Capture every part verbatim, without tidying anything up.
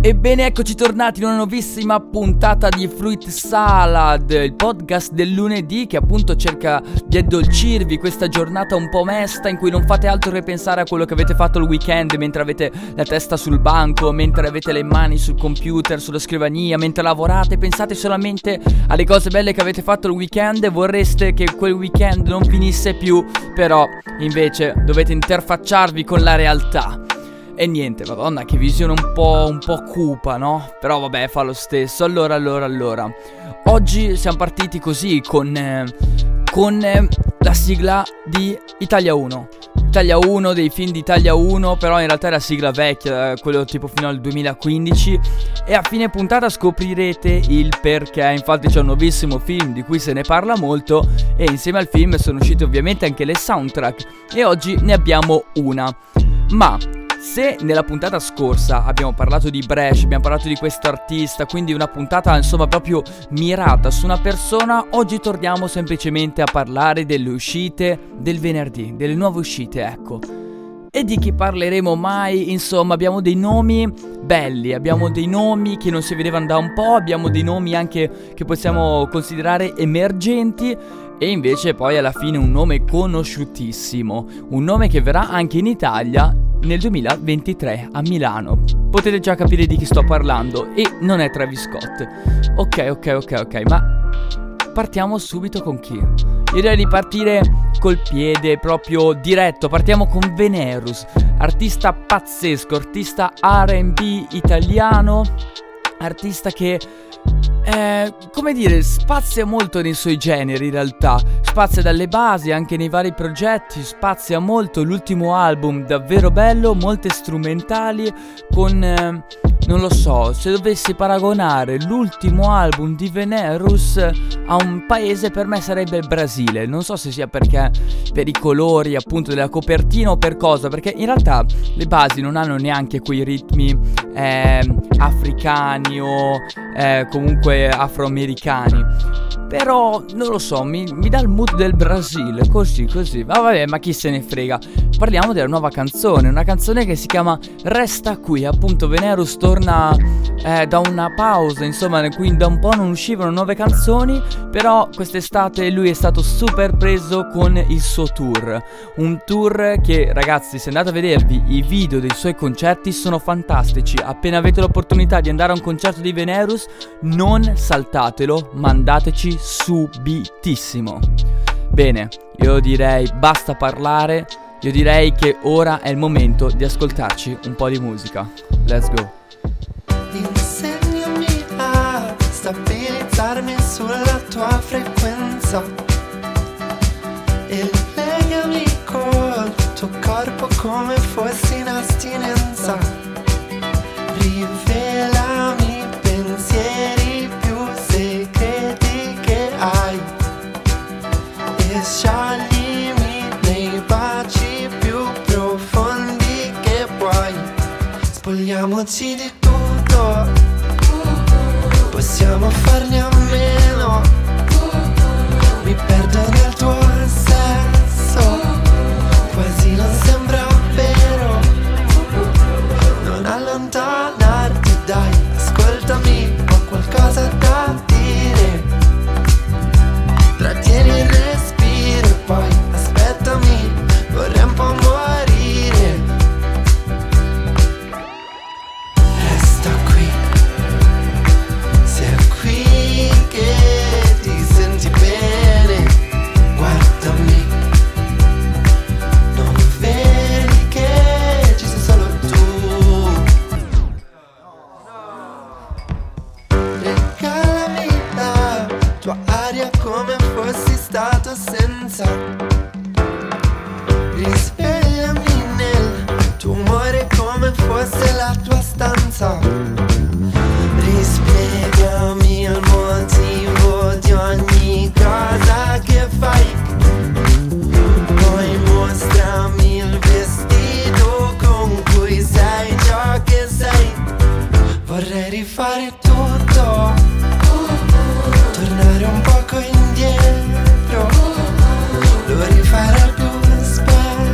Ebbene, eccoci tornati in una nuovissima puntata di Fruit Salad, il podcast del lunedì che appunto cerca di addolcirvi questa giornata un po' mesta in cui non fate altro che pensare a quello che avete fatto il weekend mentre avete la testa sul banco, mentre avete le mani sul computer, sulla scrivania, mentre lavorate, pensate solamente alle cose belle che avete fatto il weekend e vorreste che quel weekend non finisse più, però invece dovete interfacciarvi con la realtà. E niente, madonna, che visione un po', un po' cupa, no? Però vabbè, fa lo stesso. Allora, allora, allora oggi siamo partiti così con, eh, con eh, la sigla di Italia uno Italia uno, dei film di Italia uno, però in realtà è la sigla vecchia, quello tipo fino al duemilaquindici. E a fine puntata scoprirete il perché. Infatti c'è un nuovissimo film di cui se ne parla molto e insieme al film sono uscite ovviamente anche le soundtrack. E oggi ne abbiamo una. Ma se nella puntata scorsa abbiamo parlato di Brescia, abbiamo parlato di questo artista, quindi una puntata insomma proprio mirata su una persona, oggi torniamo semplicemente a parlare delle uscite del venerdì, delle nuove uscite, ecco. E di chi parleremo mai? Insomma, abbiamo dei nomi belli, abbiamo dei nomi che non si vedevano da un po', abbiamo dei nomi anche che possiamo considerare emergenti e invece poi alla fine un nome conosciutissimo, un nome che verrà anche in Italia nel duemilaventitré a Milano. Potete già capire di chi sto parlando e non è Travis Scott. Ok, ok, ok, ok, ma partiamo subito con chi? Io direi di partire col piede proprio diretto. Partiamo con Venerus, artista pazzesco, artista R and B italiano, artista che Eh, come dire, spazia molto nei suoi generi in realtà, spazia dalle basi anche nei vari progetti, spazia molto. L'ultimo album davvero bello, molte strumentali con, eh, non lo so, se dovessi paragonare l'ultimo album di Venerus a un paese per me sarebbe il Brasile. Non so se sia perché per i colori appunto della copertina o per cosa, perché in realtà le basi non hanno neanche quei ritmi eh, africani o eh, comunque afroamericani, però non lo so, mi, mi dà il mood del Brasile, così così, ma vabbè, ma chi se ne frega. Parliamo della nuova canzone, una canzone che si chiama Resta Qui. Appunto Venerus torna eh, da una pausa, insomma, in cui da un po' non uscivano nuove canzoni, però quest'estate lui è stato super preso con il suo tour, un tour che, ragazzi, se andate a vedervi i video dei suoi concerti sono fantastici. Appena avete l'opportunità di andare a un concerto di Venerus, non saltatelo, mandateci subitissimo. Bene, io direi basta parlare, io direi che ora è il momento di ascoltarci un po' di musica. Let's go. Insegnami a stabilizzarmi sulla tua frequenza e legami col tuo corpo come fossi in astinenza. Rivelami i pensieri più segreti che hai e scioglimi nei baci più profondi che puoi. Spogliamoci di tutto, possiamo farne a meno. Mi perdo nel tuo sesso, quasi non sembra vero. Non allontanarti, dai, ascoltami, ho qualcosa da dire. Trattieni il respiro e poi aspettami, vorrei un po' morire. Resta qui, se è qui che ti senti bene. Guardami, non vedi che ci sei solo tu. Regalami la tua aria come fossi stato senza. Risvegliami nel tuo umore come fosse la tua stanza. Rispiegami il motivo di ogni cosa che fai. Poi mostrami il vestito con cui sei ciò che sei. Vorrei rifare tutto, tornare un poco indietro. Lo rifarei più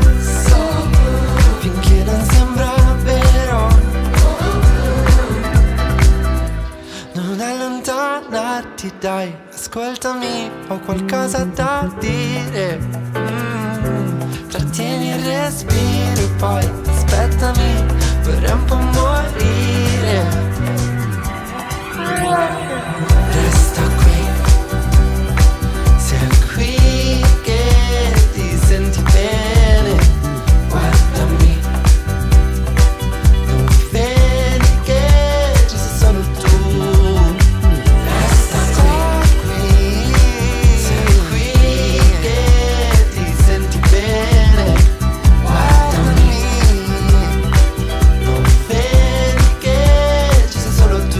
spesso, finché non sembra vero. perdonarti, dai, ascoltami, ho qualcosa da dire. mm, Trattieni il respiro, poi aspettami, vorrei un po' morire. Resta qui, sei qui che ti senti bene, guardami, non vedi che ci sei solo tu. Resta qui, sei qui che ti senti bene, guardami, non vedi che ci sei solo tu.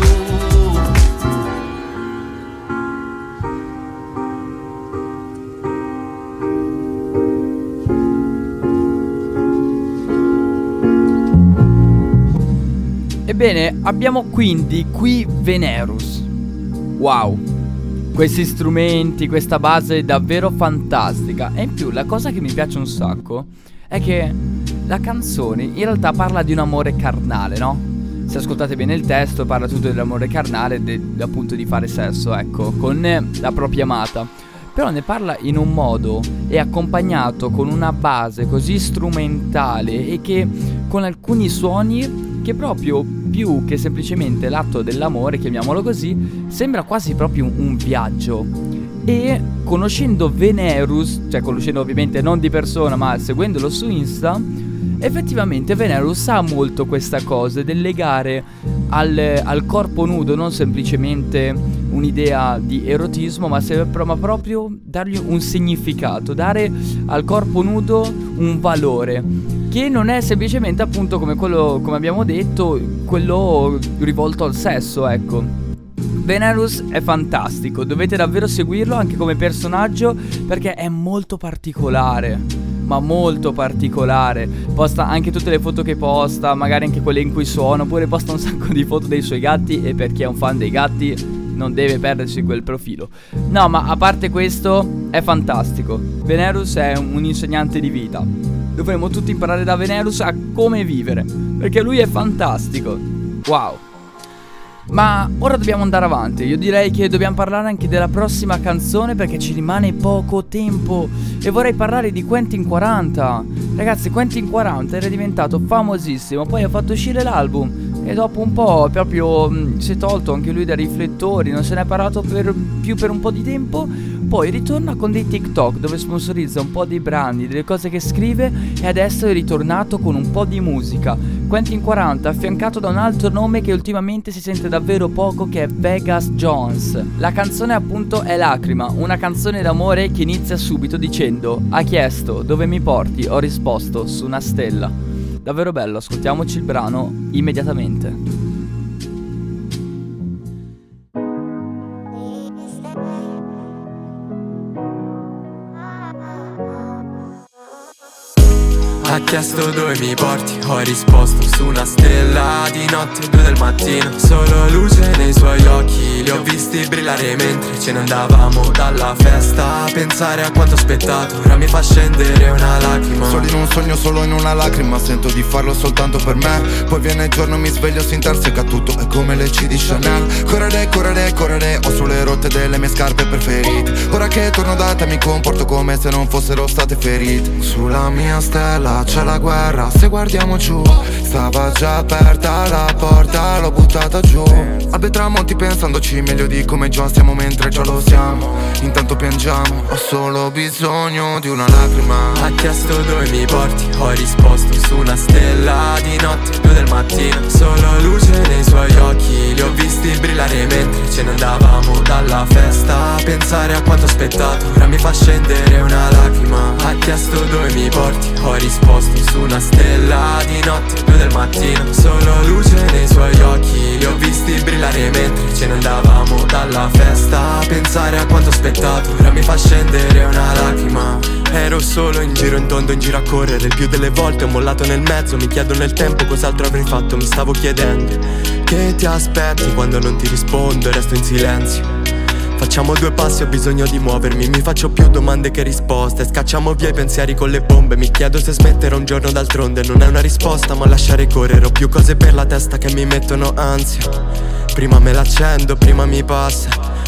Ebbene, abbiamo quindi qui Venerus. Wow, questi strumenti, questa base è davvero fantastica. E in più la cosa che mi piace un sacco è che la canzone in realtà parla di un amore carnale, no? Se ascoltate bene il testo parla tutto dell'amore carnale, de- appunto di fare sesso, ecco, con la propria amata. Però ne parla in un modo e accompagnato con una base così strumentale e che con alcuni suoni che proprio più che semplicemente l'atto dell'amore, chiamiamolo così, sembra quasi proprio un, un viaggio. E conoscendo Venerus, cioè conoscendo ovviamente non di persona ma seguendolo su Insta, effettivamente Venerus ha molto questa cosa del legare al, al corpo nudo non semplicemente un'idea di erotismo, ma, se, ma proprio dargli un significato, dare al corpo nudo un valore che non è semplicemente appunto come quello, come abbiamo detto, quello rivolto al sesso, ecco. Venerus è fantastico, dovete davvero seguirlo anche come personaggio perché è molto particolare, ma molto particolare. Posta anche tutte le foto che posta, magari anche quelle in cui suona, oppure posta un sacco di foto dei suoi gatti, e per chi è un fan dei gatti non deve perdersi quel profilo. No, ma a parte questo è fantastico. Venerus è un insegnante di vita. Dovremmo tutti imparare da Venerus a come vivere, perché lui è fantastico. Wow. Ma ora dobbiamo andare avanti. Io direi che dobbiamo parlare anche della prossima canzone, perché ci rimane poco tempo. E vorrei parlare di Quentin quaranta. Ragazzi, Quentin quaranta era diventato famosissimo, poi ha fatto uscire l'album e dopo un po' proprio mh, si è tolto anche lui dai riflettori, non se ne è parlato per, più per un po' di tempo. Poi ritorna con dei TikTok dove sponsorizza un po' dei brani, delle cose che scrive, e adesso è ritornato con un po' di musica. Quentin quaranta affiancato da un altro nome che ultimamente si sente davvero poco, che è Vegas Jones. La canzone appunto è Lacrima, una canzone d'amore che inizia subito dicendo: ha chiesto dove mi porti, ho risposto su una stella. Davvero bello, ascoltiamoci il brano immediatamente. Ha chiesto dove mi porti, ho risposto su una stella. Di notte, due del mattino, solo luce nei suoi occhi. Li ho visti brillare mentre ce ne andavamo dalla festa. Pensare a quanto ho aspettato, ora mi fa scendere una lacrima. Solo in un sogno, solo in una lacrima, sento di farlo soltanto per me. Poi viene il giorno, mi sveglio, si interseca tutto, è come le C di Chanel. Correre, correre, correre, ho sulle rotte delle mie scarpe preferite. Ora che torno da te mi comporto come se non fossero state ferite. Sulla mia stella c'è la guerra, se guardiamo giù, stava già aperta la porta, l'ho buttata giù. Al dei tramonti pensandoci meglio di come già stiamo mentre già lo siamo. Intanto piangiamo, ho solo bisogno di una lacrima. Ha chiesto dove mi porti, ho risposto su una stella. Di notte, due del mattino, solo luce nei suoi occhi. Li ho visti brillare mentre ce ne andavamo dalla festa. Pensare a quanto ho aspettato, ora mi fa scendere una lacrima. Ha chiesto dove mi porti, ho risposto su una stella. Di notte, due del mattino, solo luce nei suoi occhi. Li ho visti brillare mentre ce ne andavamo dalla festa. Pensare a quanto ho aspettato, ora mi fa scendere una lacrima. Ero solo in giro in tondo, in giro a correre. Il più delle volte ho mollato nel mezzo. Mi chiedo nel tempo cos'altro avrei fatto. Mi stavo chiedendo che ti aspetti quando non ti rispondo e resto in silenzio. Facciamo due passi, ho bisogno di muovermi. Mi faccio più domande che risposte. Scacciamo via i pensieri con le bombe. Mi chiedo se smettere un giorno, d'altronde non è una risposta ma lasciare correre. Ho più cose per la testa che mi mettono ansia. Prima me l'accendo, prima mi passa.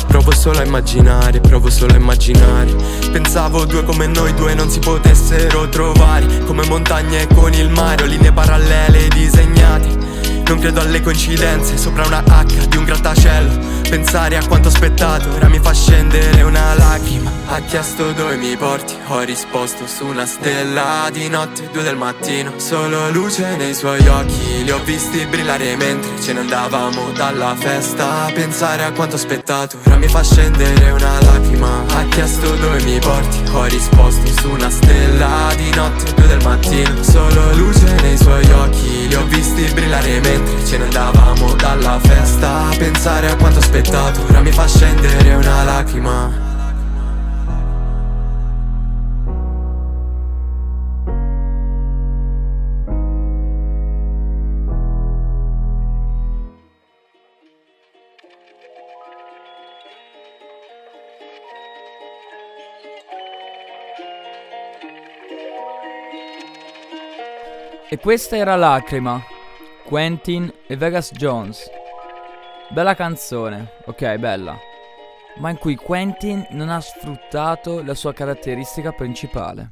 Provo solo a immaginare, provo solo a immaginare. Pensavo due come noi due non si potessero trovare, come montagne con il mare o linee parallele disegnate. Non credo alle coincidenze, sopra una H di un grattacielo. Pensare a quanto ho aspettato, ora mi fa scendere una lacrima. Ha chiesto dove mi porti, ho risposto su una stella di notte, due del mattino. Solo luce nei suoi occhi, li ho visti brillare mentre ce ne andavamo dalla festa. Pensare a quanto ho aspettato, ora mi fa scendere una lacrima. Ha chiesto dove mi porti, ho risposto su una stella di notte, due del mattino. Solo luce nei suoi occhi, li ho visti brillare mentre ce ne andavamo dalla festa. Pensare a quanto ho aspettato, ora mi fa scendere una lacrima. E questa era Lacrima, Quentin e Vegas Jones. Bella canzone, ok, bella, ma in cui Quentin non ha sfruttato la sua caratteristica principale.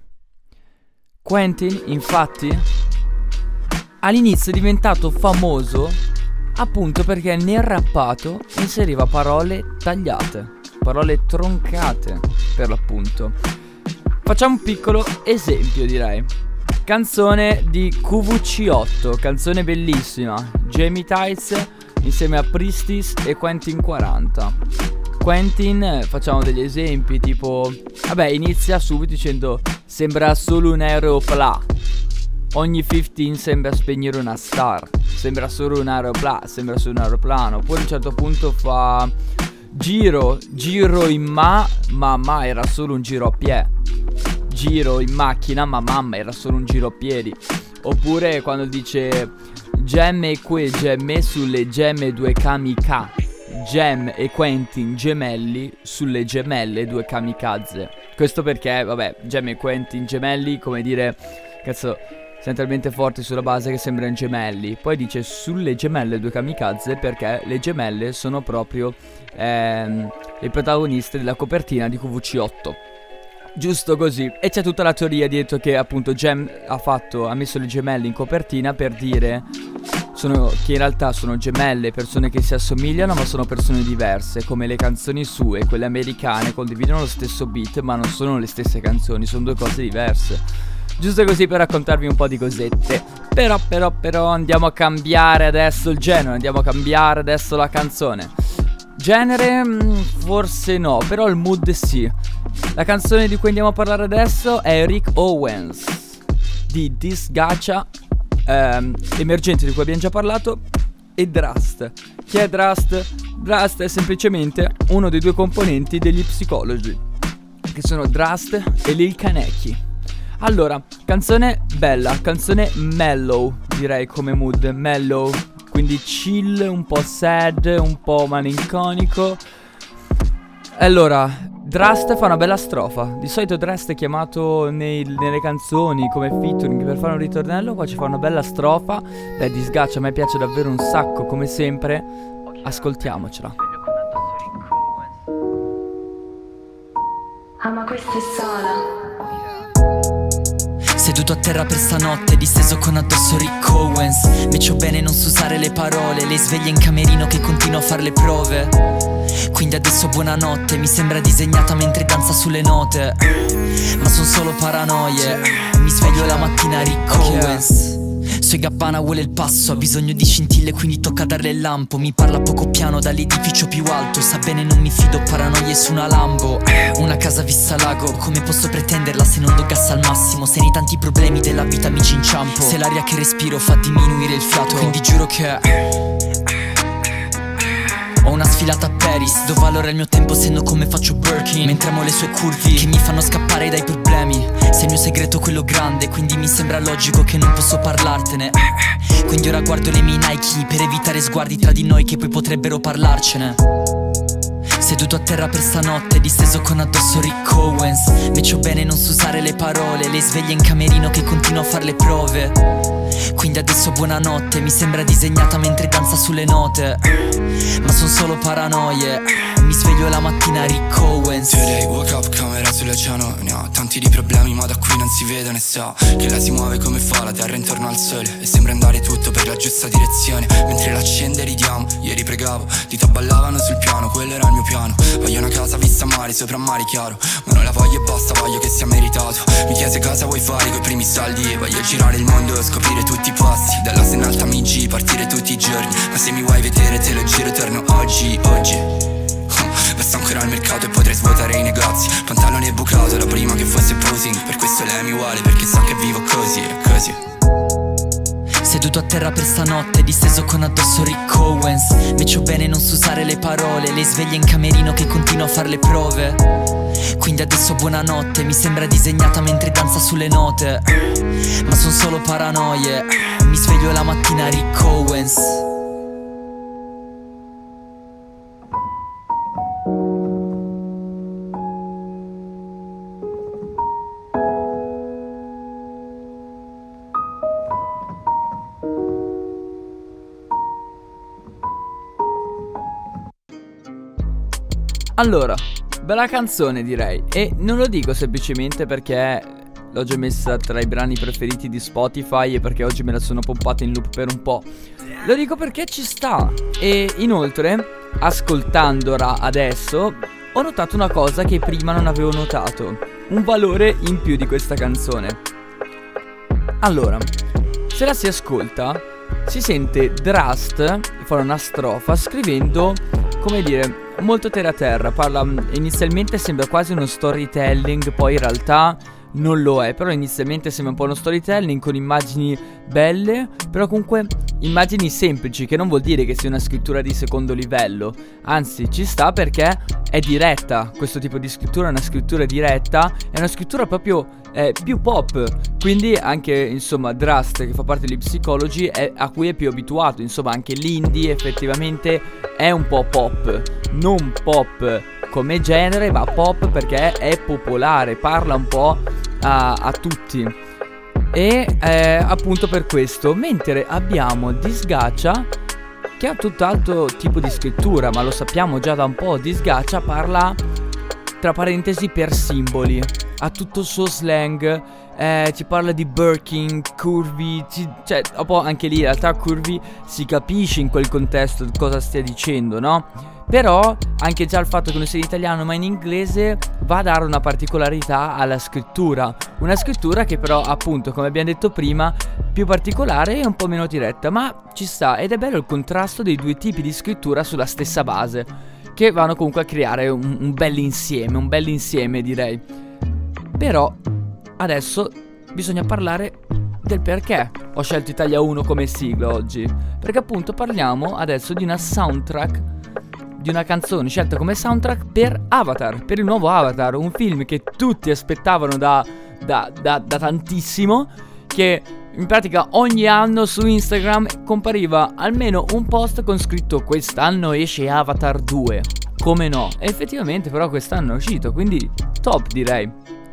Quentin, infatti, all'inizio è diventato famoso appunto perché nel rappato inseriva parole tagliate, parole troncate per l'appunto. Facciamo un piccolo esempio, direi. Canzone di Q V C otto, canzone bellissima, Jamie Tights insieme a Priestis e Quentin quaranta. Quentin, facciamo degli esempi, tipo, vabbè, inizia subito dicendo sembra solo un aeropla, ogni quindici sembra spegnere una star, sembra solo un aeropla, sembra solo un aeroplano. Poi a un certo punto fa giro, giro in ma, ma ma era solo un giro a piedi. Giro in macchina, ma mamma era solo un giro a piedi. Oppure quando dice gemme que gemme sulle gemme due kamika, Gem e Quentin gemelli sulle gemelle due kamikaze. Questo perché, vabbè, Gem e Quentin gemelli, come dire, cazzo, sono talmente forti sulla base che sembrano gemelli. Poi dice sulle gemelle due kamikaze perché le gemelle sono proprio ehm, le protagoniste della copertina di Q V C otto. Giusto così. E c'è tutta la teoria dietro che appunto Gem ha fatto, ha messo le gemelle in copertina per dire sono, che in realtà sono gemelle, persone che si assomigliano ma sono persone diverse, come le canzoni sue, quelle americane, condividono lo stesso beat ma non sono le stesse canzoni, sono due cose diverse. Giusto così per raccontarvi un po' di cosette. Però però però andiamo a cambiare adesso il genere, andiamo a cambiare adesso la canzone. Genere forse no, però il mood sì. La canzone di cui andiamo a parlare adesso è Rick Owens di Disgacha, ehm, Emergente di cui abbiamo già parlato, e Drust. Chi è Drust? Drust è semplicemente uno dei due componenti degli Psicology, che sono Drust e Lil Kaneki. Allora, canzone bella, canzone mellow, direi come mood, mellow, quindi chill, un po' sad, un po' malinconico. Allora, Drust fa una bella strofa. Di solito Drust è chiamato nei, nelle canzoni come featuring per fare un ritornello. Qua ci fa una bella strofa. Beh, Disgacha, a me piace davvero un sacco, come sempre. Ascoltiamocela. Ah, ma questa è sola. Seduto a terra per stanotte, disteso con addosso Rick Owens. Mi ciò bene non so usare le parole, lei sveglia in camerino che continua a fare le prove. Quindi adesso buonanotte, mi sembra disegnata mentre danza sulle note. Ma son solo paranoie, mi sveglio la mattina Rick Owens. Sui Gabbana vuole il passo, ha bisogno di scintille quindi tocca darle il lampo. Mi parla poco piano dall'edificio più alto, sa bene non mi fido, paranoie su una Lambo. Una casa vista a lago, come posso pretenderla se non do gas al massimo? Se nei tanti problemi della vita mi ci inciampo, se l'aria che respiro fa diminuire il fiato. Quindi giuro che ho una sfilata a Paris, dove allora il mio tempo sendo come faccio Birkin, mentre amo le sue curvi che mi fanno scappare dai problemi. Se il mio segreto è quello grande, quindi mi sembra logico che non posso parlartene. Quindi ora guardo le mie Nike per evitare sguardi tra di noi che poi potrebbero parlarcene. Seduto a terra per stanotte, disteso con addosso Rick Owens. Mi ciò bene non so usare le parole, lei sveglia in camerino che continua a fare le prove. Quindi adesso buonanotte, mi sembra disegnata mentre danza sulle note. Ma son solo paranoie, Mi sveglio la mattina Rick Owens. Today woke up, camera sull'oceano. Ne ho tanti di problemi ma da qui non si vede né so che lei si muove come fa la terra intorno al sole. E sembra andare tutto per la giusta direzione. Mentre l'accende ridiamo, ieri pregavo, dita ballavano sul piano, quello era il mio piano. Voglio una casa vista a mare, sopra a mare chiaro. Ma non la voglio e basta, voglio che sia meritato. Mi chiese cosa vuoi fare coi primi soldi e voglio girare il mondo, scoprire tutti i posti. Dalla in alta mi G, partire tutti i giorni. Ma se mi vuoi vedere te lo giro, torno oggi, oggi. Resto ancora al mercato e potrei svuotare i negozi. Pantalone bucato da prima che fosse posing. Per questo lei mi vuole perché sa che vivo così e così. Seduto a terra per stanotte, disteso con addosso Rick Owens. Mi ciò bene non so usare le parole. Lei sveglia in camerino che continua a fare le prove. Quindi adesso buonanotte. Mi sembra disegnata mentre danza sulle note. Ma son solo paranoie. Mi sveglio la mattina Rick Owens. Allora, bella canzone direi. E non lo dico semplicemente perché l'ho già messa tra i brani preferiti di Spotify e perché oggi me la sono pompata in loop per un po'. Lo dico perché ci sta. E inoltre, ascoltandola adesso, ho notato una cosa che prima non avevo notato. Un valore in più di questa canzone. Allora, se la si ascolta, si sente Drust fare una strofa scrivendo, come dire, molto terra terra. Parla, inizialmente sembra quasi uno storytelling, poi in realtà non lo è. Però inizialmente sembra un po' uno storytelling con immagini belle, però comunque immagini semplici, che non vuol dire che sia una scrittura di secondo livello. Anzi, ci sta perché è diretta. Questo tipo di scrittura è una scrittura diretta, è una scrittura proprio eh, più pop. Quindi anche, insomma, Drust, che fa parte di Psychology, è, a cui è più abituato. Insomma, anche l'indie effettivamente è un po' pop. Non pop come genere, ma pop perché è popolare, parla un po' a, a tutti. E eh, appunto per questo. Mentre abbiamo Disgacia, che ha tutt'altro tipo di scrittura, ma lo sappiamo già da un po'. Disgacia parla, tra parentesi, per simboli, ha tutto il suo slang. Eh, ci parla di Birkin, curvy, ci, cioè un po' anche lì in realtà curvy si capisce in quel contesto cosa stia dicendo, no? Però anche già il fatto che non sia in italiano ma in inglese va a dare una particolarità alla scrittura. Una scrittura che però, appunto, come abbiamo detto prima, più particolare e un po' meno diretta, ma ci sta. Ed è bello il contrasto dei due tipi di scrittura sulla stessa base, che vanno comunque a creare un, un bel insieme, un bel insieme direi. Però adesso bisogna parlare del perché ho scelto Italia uno come sigla oggi. Perché appunto parliamo adesso di una soundtrack, di una canzone scelta come soundtrack per Avatar, per il nuovo Avatar, un film che tutti aspettavano da, da, da, da tantissimo, che in pratica ogni anno su Instagram compariva almeno un post con scritto quest'anno esce Avatar due. Come no? E effettivamente però quest'anno è uscito, quindi top direi.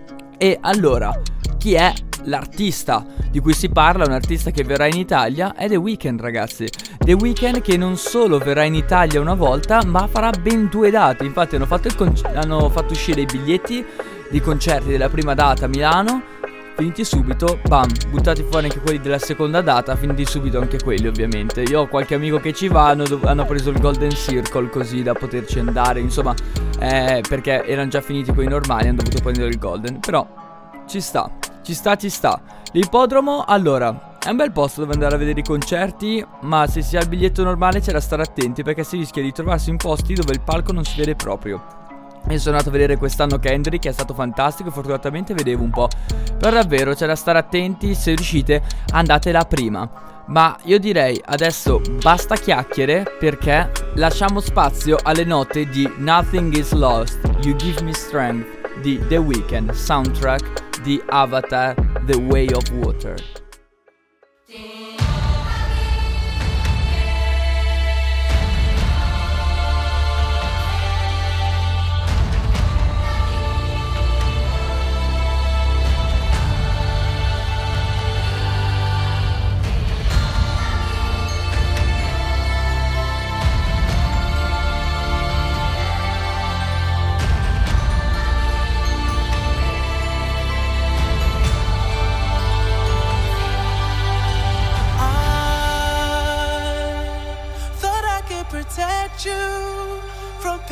E allora, chi è l'artista di cui si parla? Un artista che verrà in Italia è The Weeknd, ragazzi. The Weeknd che non solo verrà in Italia una volta, ma farà ben due date. Infatti hanno fatto, il conc- hanno fatto uscire i biglietti di concerti della prima data a Milano, finiti subito, bam, buttati fuori anche quelli della seconda data, finiti subito anche quelli ovviamente. Io ho qualche amico che ci va, hanno, dov- hanno preso il Golden Circle così da poterci andare, insomma, eh, perché erano già finiti quelli normali, hanno dovuto prendere il Golden. Però ci sta, ci sta, ci sta. L'ippodromo, allora, è un bel posto dove andare a vedere i concerti, ma se si ha il biglietto normale c'è da stare attenti, perché si rischia di trovarsi in posti dove il palco non si vede proprio. E sono andato a vedere quest'anno Kendrick, che è stato fantastico, fortunatamente vedevo un po'. Però davvero c'è da stare attenti, se riuscite andate là prima. Ma io direi adesso basta chiacchiere, perché lasciamo spazio alle note di Nothing Is Lost, You Give Me Strength di The Weeknd, soundtrack di Avatar The Way of Water.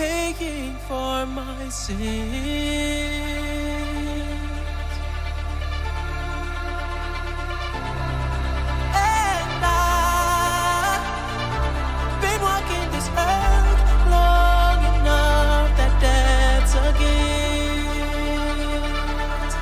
paying for my sins. And I've been walking this earth long enough that that's a gift.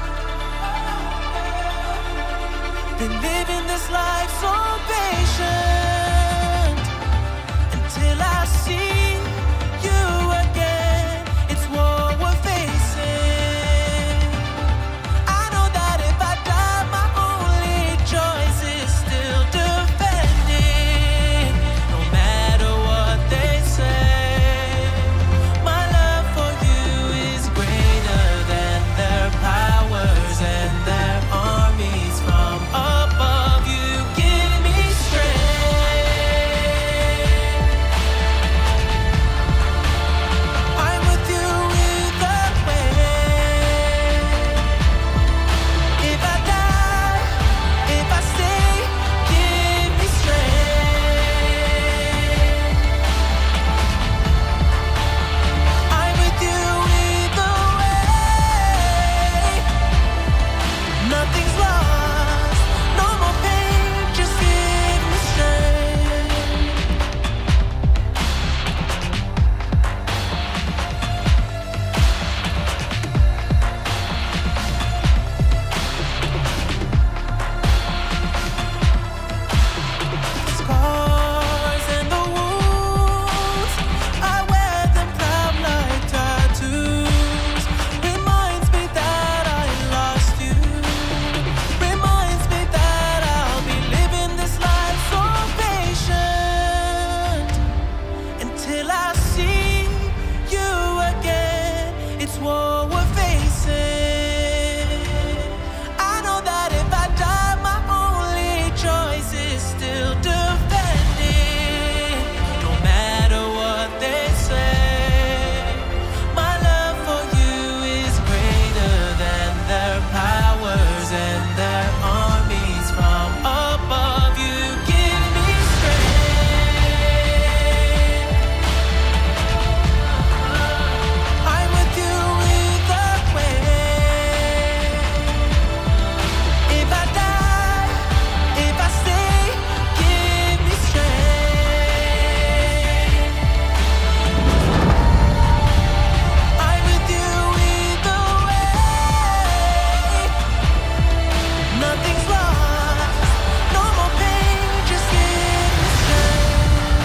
Been living this life so patient until I see you again. It's what we're facing. I know that if I die, my only choice is still defending. No matter what they say, my love for you is greater than their powers and their armies from above. You give me strength. I'm with you either way. If I die, if I stay, give me strength. I'm with you either way. Nothing's lost, no more pain, just give me strength. Scars and the wounds, I wear them proud like tattoos. Reminds me that I lost you. Reminds me that I'll be living this life so patient until I see you again. It's what we're facing. I know that if I die, my only choice is still defending. No matter what they say, my love for you is greater than their powers and their armies from above. You give me strength. I'm with you either way. If I die, if I stay, give me strength. I'm with you either way. Nothing's lost, no more pain, just give me strength.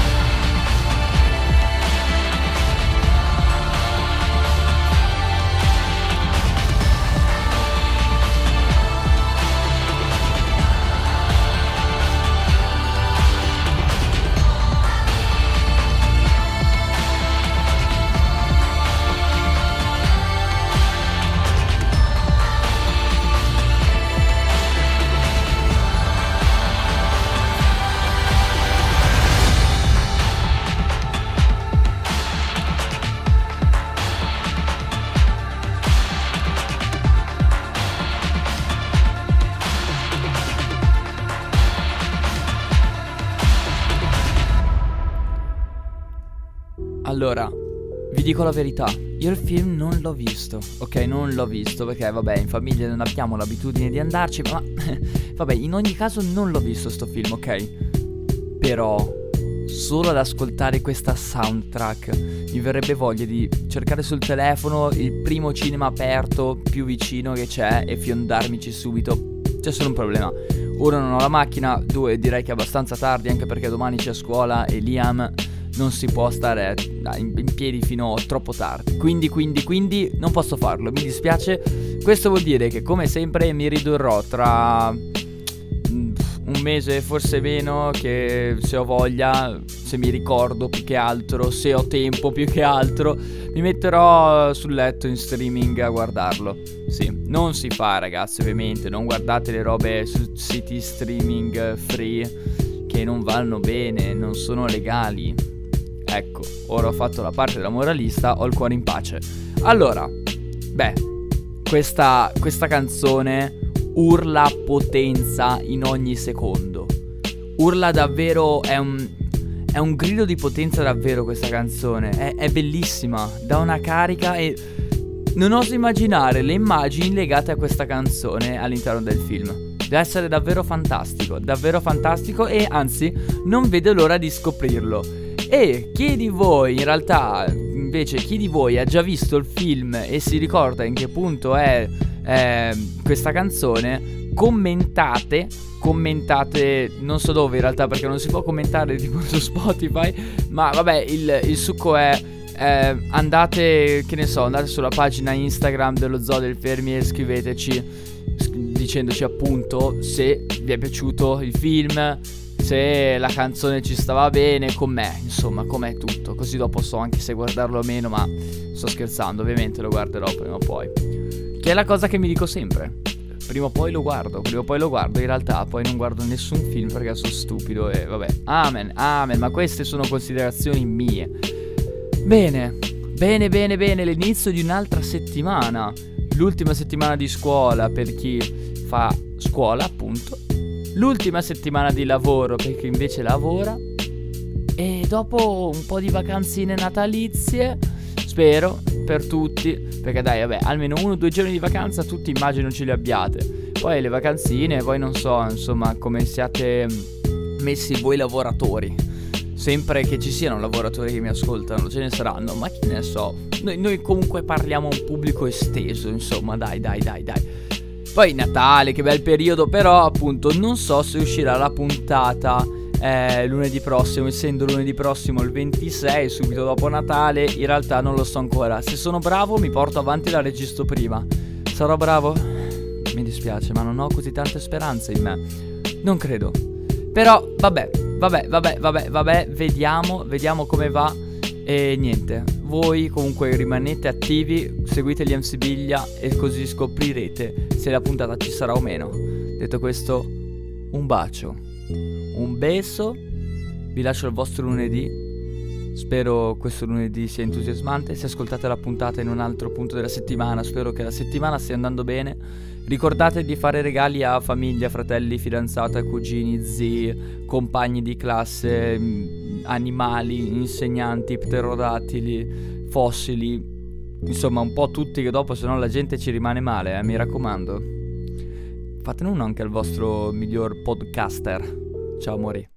Allora, vi dico la verità, io il film non l'ho visto, ok? Non l'ho visto perché vabbè, in famiglia non abbiamo l'abitudine di andarci, ma vabbè, in ogni caso non l'ho visto sto film, ok? Però solo ad ascoltare questa soundtrack mi verrebbe voglia di cercare sul telefono il primo cinema aperto più vicino che c'è e fiondarmici subito. C'è solo un problema: uno, non ho la macchina; due, direi che è abbastanza tardi, anche perché domani c'è scuola e Liam non si può stare in, in piedi fino a troppo tardi. Quindi, quindi, quindi non posso farlo, mi dispiace. Questo vuol dire che, come sempre, mi ridurrò tra un mese, forse meno, che se ho voglia, se mi ricordo più che altro, se ho tempo più che altro, mi metterò sul letto in streaming a guardarlo. Sì, non si fa, ragazzi, ovviamente, non guardate le robe su siti streaming free che non vanno bene, non sono legali. Ecco, ora ho fatto la parte della moralista, ho il cuore in pace. Allora, beh, questa, questa canzone urla potenza in ogni secondo. Urla davvero, è un, è un grido di potenza davvero questa canzone. È, è bellissima, dà una carica e non oso immaginare le immagini legate a questa canzone all'interno del film. Deve essere davvero fantastico, davvero fantastico, e anzi non vedo l'ora di scoprirlo. E chi di voi, in realtà, invece chi di voi ha già visto il film e si ricorda in che punto è eh, questa canzone, commentate, commentate, non so dove in realtà perché non si può commentare tipo su Spotify, ma vabbè il, il succo è eh, andate, che ne so, andate sulla pagina Instagram dello Zoo del Fermi e scriveteci dicendoci appunto se vi è piaciuto il film, se la canzone ci stava bene, con me, insomma, com'è tutto. Così dopo so anche se guardarlo o meno, ma sto scherzando, ovviamente lo guarderò prima o poi. Che è la cosa che mi dico sempre. Prima o poi lo guardo, prima o poi lo guardo. In realtà poi non guardo nessun film perché sono stupido e vabbè. Amen, amen, ma queste sono considerazioni mie. Bene, bene, bene, bene, l'inizio di un'altra settimana. L'ultima settimana di scuola per chi fa scuola, appunto. L'ultima settimana di lavoro per chi invece lavora. E dopo un po' di vacanzine natalizie, spero, per tutti. Perché dai, vabbè, almeno uno o due giorni di vacanza tutti immagino ce li abbiate. Poi le vacanzine, poi non so, insomma, come siate messi voi lavoratori. Sempre che ci siano lavoratori che mi ascoltano, ce ne saranno, ma chi ne so. Noi, noi comunque parliamo a un pubblico esteso, insomma, dai, dai, dai, dai. Poi Natale, che bel periodo, però appunto non so se uscirà la puntata eh, lunedì prossimo, essendo lunedì prossimo il ventisei, subito dopo Natale, in realtà non lo so ancora. Se sono bravo mi porto avanti e la registro prima. Sarò bravo? Mi dispiace, ma non ho così tante speranze in me. Non credo. Però vabbè, vabbè, vabbè, vabbè, vabbè, vediamo, vediamo come va. E niente, voi comunque rimanete attivi, seguite gli M C Biglia e così scoprirete se la puntata ci sarà o meno. Detto questo, un bacio, un beso, vi lascio il vostro lunedì. Spero questo lunedì sia entusiasmante. Se ascoltate la puntata in un altro punto della settimana, spero che la settimana stia andando bene. Ricordate di fare regali a famiglia, fratelli, fidanzata, cugini, zii, compagni di classe, animali, insegnanti, pterodattili, fossili, insomma un po' tutti, che dopo se no la gente ci rimane male, eh, mi raccomando. Fatene uno anche al vostro miglior podcaster. Ciao amori.